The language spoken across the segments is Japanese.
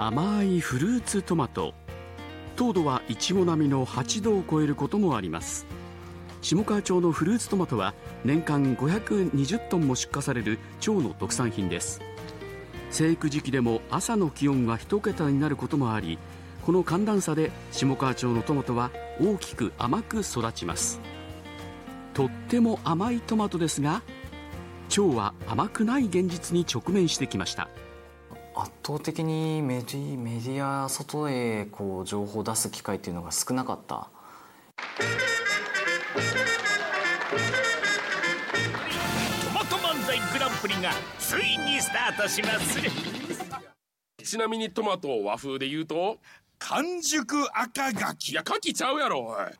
甘いフルーツトマト、糖度はイチゴ並みの8度を超えることもあります。下川町のフルーツトマトは年間520トンも出荷される町の特産品です。生育時期でも朝の気温が1桁になることもあり、この寒暖差で下川町のトマトは大きく甘く育ちます。とっても甘いトマトですが、町は甘くない現実に直面してきました。 圧倒的にメディア外へ情報を出す機会っていうのが少なかった。 トマト漫才グランプリがついにスタートします。 ちなみにトマトを和風で言うと完熟赤柿。 いや、柿ちゃうやろおい。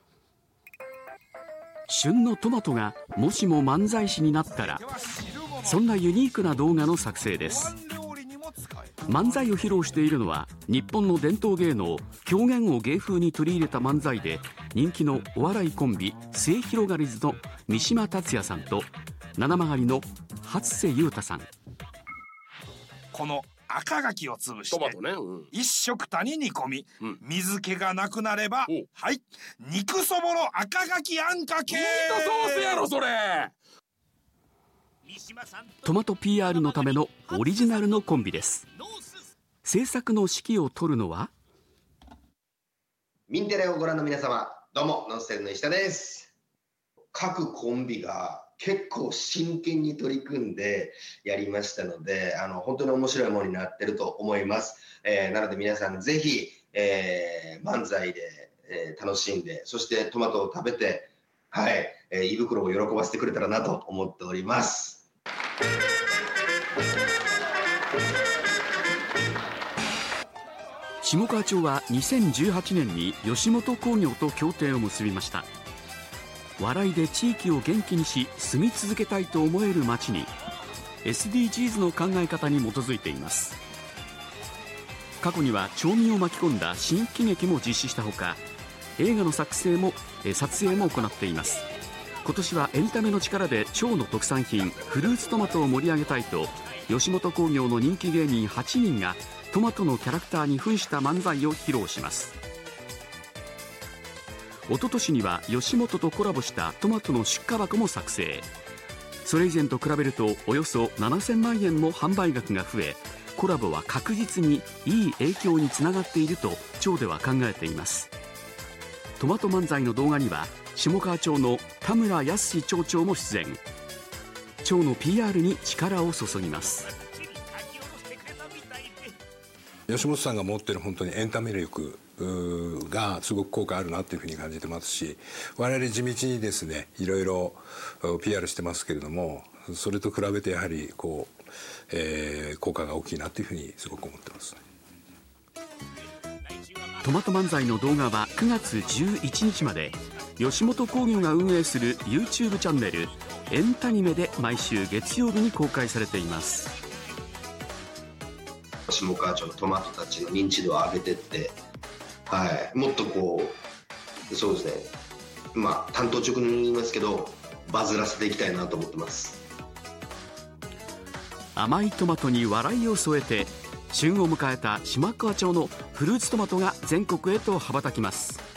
旬のトマトがもしも漫才師になったら、そんなユニークな動画の作成です。漫才を披露しているのは日本の伝統芸能狂言を芸風に取り入れた漫才で人気のお笑いコンビ末広がりずの三島達也さんと七曲りの初瀬裕太さん。 この赤柿を潰してトマトね、 一食谷煮込み、水気がなくなれば、はい、肉そぼろ赤柿あんかけ。 ミートソースやろそれ。 トマト PR のためのオリジナルのコンビです。制作の指揮を執るのは、 ミンテレをご覧の皆様、どうもノンステルの石田です。各コンビが結構真剣に取り組んでやりましたので、本当に面白いものになってると思います。なので皆さんぜひ、漫才で、楽しんで、そしてトマトを食べて、はい、胃袋を喜ばせてくれたらなと思っております。 下川町は2018年に吉本興業と協定を結びました。笑いで地域を元気にし住み続けたいと思える町に SDGs の考え方に基づいています。過去には町民を巻き込んだ新喜劇も実施したほか、映画の撮影も行っています。今年はエンタメの力で町の特産品フルーツトマトを盛り上げたいと、吉本興業の人気芸人8人がトマトのキャラクターに扮した漫才を披露します。一昨年には吉本とコラボしたトマトの出荷箱も作成。それ以前と比べるとおよそ7000万円も販売額が増え、コラボは確実にいい影響につながっていると町では考えています。トマト漫才の動画には下川町の田村康町長も出演。町の PR に力を注ぎます。 吉本さんが持ってる本当にエンタメ力がすごく効果あるなというふうに感じてますし、我々地道にですねいろいろ PR してますけれども、それと比べてやはり効果が大きいなというふうにすごく思ってます。 トマト漫才の動画は9月11日まで吉本興業が運営する YouTube チャンネルエンタニメで毎週月曜日に公開されています。 下川町のトマトたちの認知度を上げてって、はい、もっとそうですね、担当直入に言いますけどバズらせていきたいなと思ってます。 甘いトマトに笑いを添えて、旬を迎えた下川町のフルーツトマトが全国へと羽ばたきます。